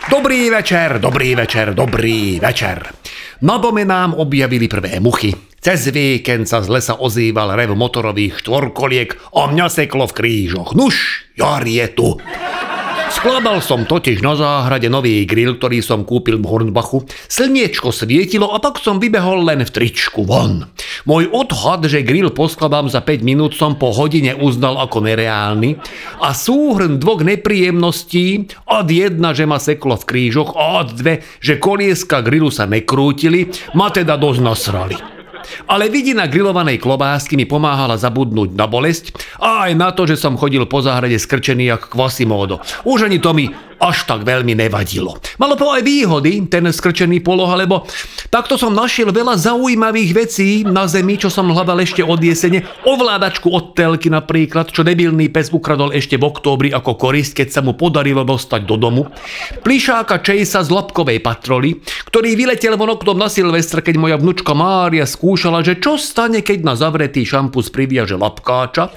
Dobrý večer. Na dome nám objavili prvé muchy. Cez víkend sa z lesa ozýval rev motorových štvorkoliek a mňa seklo v krížoch. Nuž, jar je tu. Skladal som totiž na záhrade nový grill, ktorý som kúpil v Hornbachu. Slniečko svietilo a tak som vybehol len v tričku von. Môj odhad, že grill poskladám za 5 minút, som po hodine uznal ako nereálny a súhrn dvoch nepríjemností, od jedna, že ma seklo v krížoch a od dve, že kolieska grillu sa nekrútili, ma teda dosť nasrali. Ale vidina grillovanej klobásky mi pomáhala zabudnúť na bolesť a aj na to, že som chodil po záhrade skrčený jak Quasimodo. Už ani to mi až tak veľmi nevadilo. Malo to aj výhody, ten skrčený poloha, lebo takto som našiel veľa zaujímavých vecí na zemi, čo som hľadal ešte od jesene. Ovládačku od telky napríklad, čo debilný pes ukradol ešte v októbri ako korisť, keď sa mu podarilo dostať do domu. Plišáka Chasea z Lapkovej patroly, ktorý vyletel von oknom na Silvestra, keď moja vnučka Mária skúšala, že čo stane, keď na zavretý šampus priviaže lapkáča.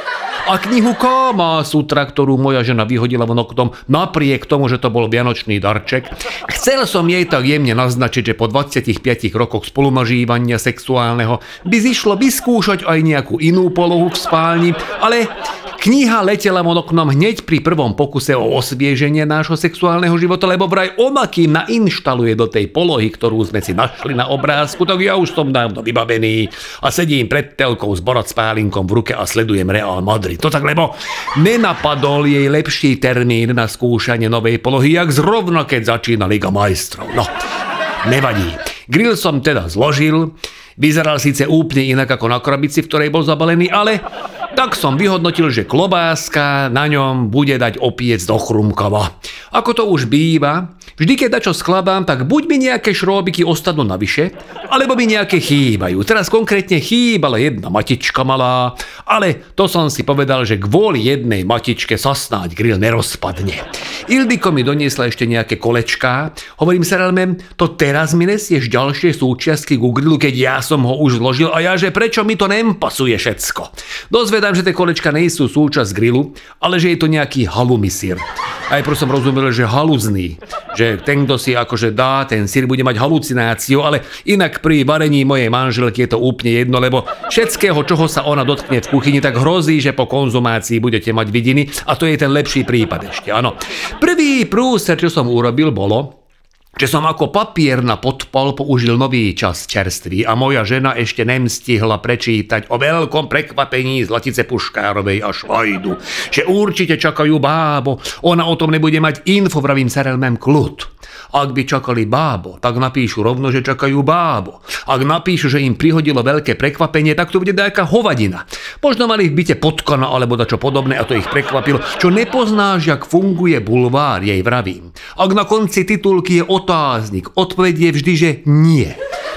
A knihu Káma Sutra, ktorú moja žena vyhodila von oknom napriek tomu, že to bol vianočný darček. Chcel som jej tak jemne naznačiť, že po 25 rokoch spolunažívania sexuálneho by zišlo vyskúšať aj nejakú inú polohu v spálni, ale kniha letela von oknom hneď pri prvom pokuse o osvieženie nášho sexuálneho života, lebo vraj ona kým nainštaluje do tej polohy, ktorú sme si našli na obrázku, tak ja už som dávno vybavený a sedím pred telkou s borotspálinkom v ruke a sledujem Real Madrid. To tak, lebo nenapadol jej lepší termín na skúšanie novej polohy, jak zrovna keď začína Liga majstrov. No, nevadí. Grill som teda zložil, vyzeral síce úplne inak ako na krabici, v ktorej bol zabalený, ale tak som vyhodnotil, že klobáska na ňom bude dať opiec do chrumkava. Ako to už býva, vždy keď dačo skladám, tak buď mi nejaké šróbiky ostanú navyše, alebo mi nejaké chýbajú. Teraz konkrétne chýbala jedna matička malá, ale to som si povedal, že kvôli jednej matičke sa snáď grill nerozpadne. Ildiko mi doniesla ešte nejaké kolečká. Hovorím sa, to teraz mi nesieš ďalšie súčiastky ku grillu, keď ja som ho už zložil a ja, že prečo mi to nepasuje všetko. Dozvedám, že tie kolečka nie sú súčasť grillu, ale že je to nejaký halumisír. Aj som rozumel, že haluzný, že ten, kto si akože dá, ten sír bude mať halucináciu, ale inak pri varení mojej manželky je to úplne jedno, lebo všetkého, čoho sa ona dotkne v kuchyni, tak hrozí, že po konzumácii budete mať vidiny a to je ten lepší prípad ešte, áno. Prvý prúser, čo som urobil, bolo, že som ako papier na podpal použil nový čas čerstvý a moja žena ešte nemstihla prečítať o veľkom prekvapení Zlatice Puškárovej a Švajdu, že určite čakajú bábo, ona o tom nebude mať info, vravím sa, kľud. Ak by čakali bábo, tak napíšu rovno, že čakajú bábo. Ak napíšu, že im prihodilo veľké prekvapenie, tak to bude nejaká hovadina. Možno mali v byte potkana alebo dačo podobné a to ich prekvapilo. Čo nepoznáš, jak funguje bulvár, jej vravím. Ak na konci titulky je otáznik, odpoveď je vždy, že nie.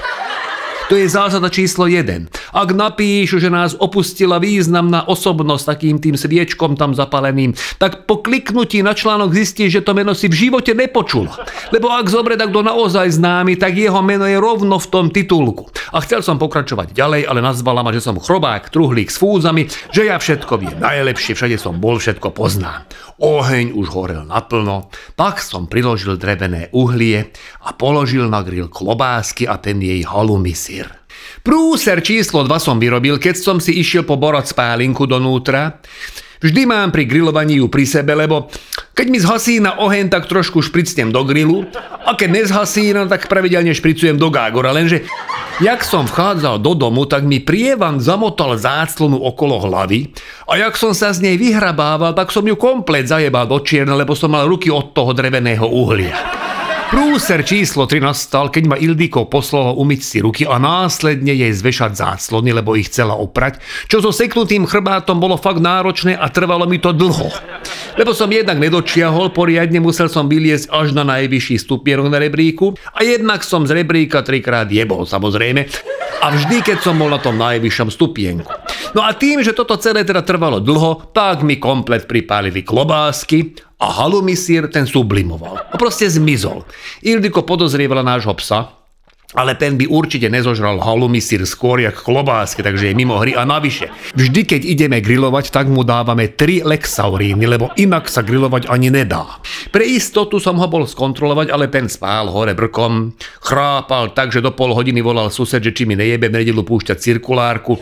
To je zásada číslo 1. Ak napíšu, že nás opustila významná osobnosť takým tým sviečkom tam zapaleným, tak po kliknutí na článok zistíš, že to meno si v živote nepočula. Lebo ak zobre tak kto naozaj známy, tak jeho meno je rovno v tom titulku. A chcel som pokračovať ďalej, ale nazvala ma, že som chrobák, truhlík s fúzami, že ja všetko viem najlepšie, všade som bol, všetko poznám. Oheň už horel naplno, tak som priložil drevené uhlie a položil na grill klobásky a ten jej halumisír. Prúser číslo 2 som vyrobil, keď som si išiel poborať spálinku donútra. Vždy mám pri grillovaní ju pri sebe, lebo keď mi zhasína oheň, tak trošku špricnem do grillu a keď nezhasína, tak pravidelne špricujem do gágora, lenže jak som vchádzal do domu, tak mi prievan zamotal záclonu okolo hlavy a jak som sa z nej vyhrabával, tak som ju komplet zajebal do čierne, lebo som mal ruky od toho dreveného uhlia. Prúser číslo 3 nastal, keď ma Ildiko poslala umyť si ruky a následne jej zvešať záclony, lebo ich chcela oprať, čo so seknutým chrbátom bolo fakt náročné a trvalo mi to dlho. Lebo som jednak nedočiahol poriadne, musel som vyliesť až na najvyšší stupienok na rebríku a jednak som z rebríka 3-krát jebol, samozrejme. A vždy, keď som bol na tom najvyššom stupienku. No a tým, že toto celé teda trvalo dlho, tak mi komplet pripálili klobásky a halumisír ten sublimoval. A proste zmizol. Ildiko podozrievala nášho psa Ale ten by určite nezožral halloumi-syr skôr jak klobásky, takže je mimo hry a navyše. Vždy, keď ideme grilovať, tak mu dávame 3 lexauríny, lebo inak sa grilovať ani nedá. Pre istotu som ho bol skontrolovať, ale ten spál hore brkom, chrápal tak, že do pol hodiny volal sused, že či mi nejebe v nedeľu púšťať cirkulárku.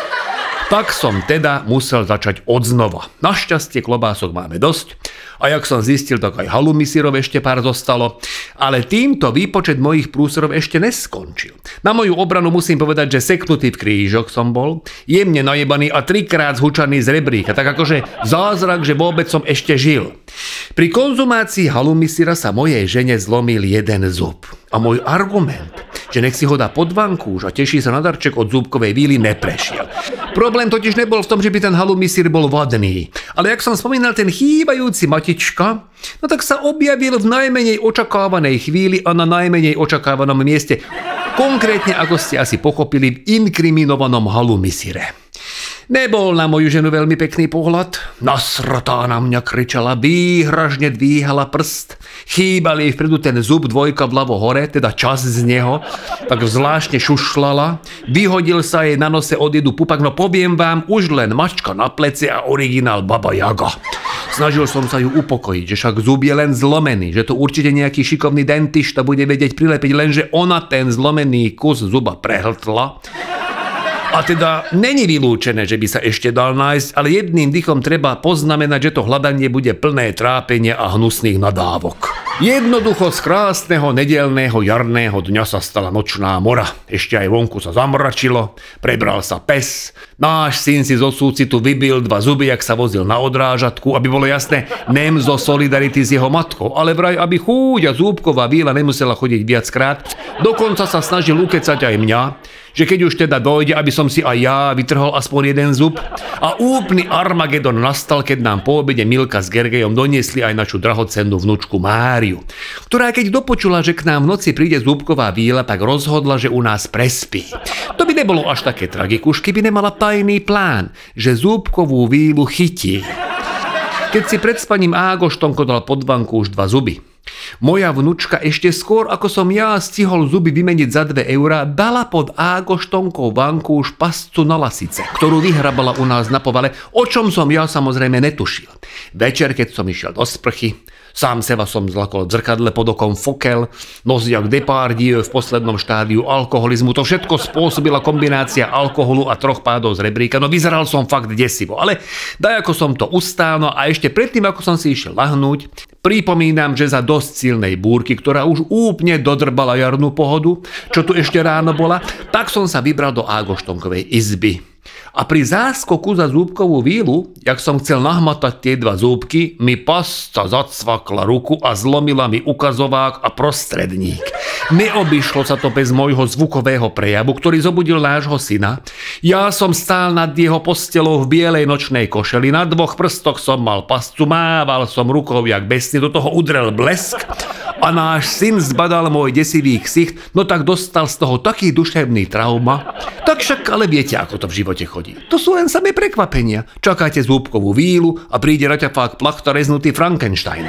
Tak som teda musel začať odznova. Našťastie klobások máme dosť a jak som zistil, tak aj halloumi-syrov ešte pár zostalo, ale týmto výpočet mojich prúserov ešte neskončil. Na moju obranu musím povedať, že seknutý v krížoch som bol, jemne najebaný a 3-krát zhučaný z rebríka, tak akože zázrak, že vôbec som ešte žil. Pri konzumácii halloumi-syra sa mojej žene zlomil jeden zub. A môj argument, že nech si ho dá pod vankúš a teší sa na darček od zúbkovej víly, neprešiel. Problém totiž nebol v tom, že by ten halloumi-syr bol vadný, ale jak som spomínal, ten chýbajúci matička, no tak sa objavil v najmenej očakávanej chvíli a na najmenej očakávanom mieste. Konkrétne, ako ste asi pochopili, v inkriminovanom halloumi-syre. Nebol na moju ženu veľmi pekný pohľad. Nasratá na mňa kričala, výhražne dvíhala prst. Chýbal jej vpredu ten zub, dvojka vľavo hore, teda čas z neho. Tak zvláštne šušlala. Vyhodil sa jej na nose od jedu pupak, no poviem vám, už len mačka na plece a originál Baba Jaga. Snažil som sa ju upokojiť, že však zub je len zlomený, že to určite nejaký šikovný dentista bude vedieť prilepiť, lenže ona ten zlomený kus zuba prehltla. A teda není vylúčené, že by sa ešte dal nájsť, ale jedným dychom treba poznamenať, že to hľadanie bude plné trápenia a hnusných nadávok. Jednoducho z krásneho nedeľného jarného dňa sa stala nočná mora. Ešte aj vonku sa zamračilo, prebral sa pes. Náš syn si zo súcitu vybil 2 zuby, jak sa vozil na odrážatku, aby bolo jasné, nem zo solidarity s jeho matkou, ale vraj, aby chúďa zúbková víla nemusela chodiť viackrát. Dokonca sa snažil ukecať aj mňa, že keď už teda dojde, aby som si aj ja vytrhol aspoň jeden zub. A úplný Armagedon nastal, keď nám po obede Milka s Gergejom doniesli aj našu drahocennú vnučku Máriu, ktorá keď dopočula, že k nám v noci príde zúbková víla, tak rozhodla, že u nás prespí. To by nebolo až také tragikuš, keby nemala tajný plán, že zúbkovú vílu chytí. Keď si pred spaním Ágoštonko dal pod vanku už 2 zuby, moja vnučka ešte skôr, ako som ja stihol zuby vymeniť za 2 eurá, dala pod Ágoštonkou vankúš pascu na lasice, ktorú vyhrabala u nás na povale, o čom som ja samozrejme netušil. Večer, keď som išiel do sprchy, sám seba som zlakol v zrkadle pod okom fokel, nos jak Depardieu v poslednom štádiu alkoholizmu. To všetko spôsobila kombinácia alkoholu a 3 pádov z rebríka. No vyzeral som fakt desivo, ale daj ako som to ustál, a ešte predtým, ako som si išiel lahnúť, pripomínam, že za dosť silnej búrky, ktorá už úplne dodrbala jarnú pohodu, čo tu ešte ráno bola, tak som sa vybral do Ágoštonkovej izby. A pri záskoku za zúbkovú vílu, jak som chcel nahmatať tie 2 zúbky, mi pasca zacvakla ruku a zlomila mi ukazovák a prostredník. Neobyšlo sa to bez môjho zvukového prejavu, ktorý zobudil nášho syna. Ja som stál nad jeho postelou v bielej nočnej košeli, na 2 prstoch som mal pascu, mával som rukou jak besný, do toho udrel blesk a náš syn zbadal môj desivý ksicht, no tak dostal z toho taký duševný trauma. Tak však ale viete, ako to v živote chodí. To sú len samé prekvapenia. Čakáte zúbkovú vílu a príde raťafák plachta reznutý Frankensteinom.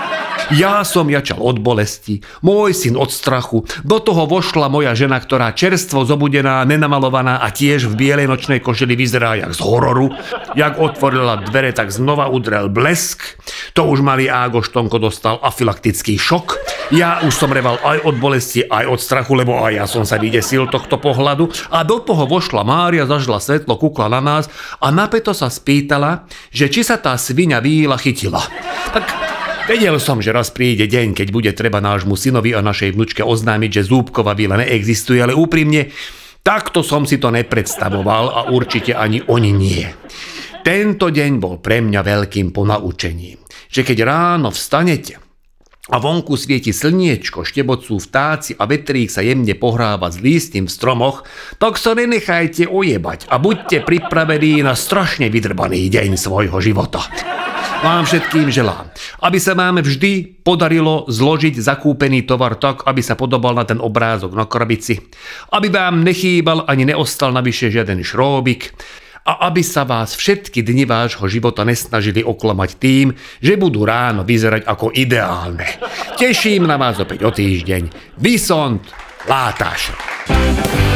Ja som jačal od bolesti, môj syn od strachu, do toho vošla moja žena, ktorá čerstvo zobudená, nenamalovaná a tiež v bielej nočnej košeli vyzerá jak z hororu. Jak otvorila dvere, tak znova udrel blesk. To už malý Ágoštonko dostal afylaktický šok. Ja už som reval aj od bolesti, aj od strachu, lebo aj ja som sa vydesil tohto pohľadu. A do toho vošla Mária, zažila svetlo, kúkla na nás a napäto sa spýtala, že či sa tá sviňa víla chytila. Tak vedel som, že raz príde deň, keď bude treba nášmu synovi a našej vnučke oznámiť, že zúbková víla neexistuje, ale úprimne, takto som si to nepredstavoval a určite ani oni nie. Tento deň bol pre mňa veľkým ponaučením, že keď ráno vstanete a vonku svieti slniečko, štebocú vtáci a vetrík sa jemne pohráva s lístím v stromoch, tak sa nenechajte ojebať a buďte pripravení na strašne vydrbaný deň svojho života. Vám všetkým želám, aby sa vám vždy podarilo zložiť zakúpený tovar tak, aby sa podobal na ten obrázok na krabici, aby vám nechýbal ani neostal navyše žiaden šróbik a aby sa vás všetky dni vášho života nesnažili oklamať tým, že budú ráno vyzerať ako ideálne. Teším na vás opäť o týždeň. Vysont Látásra.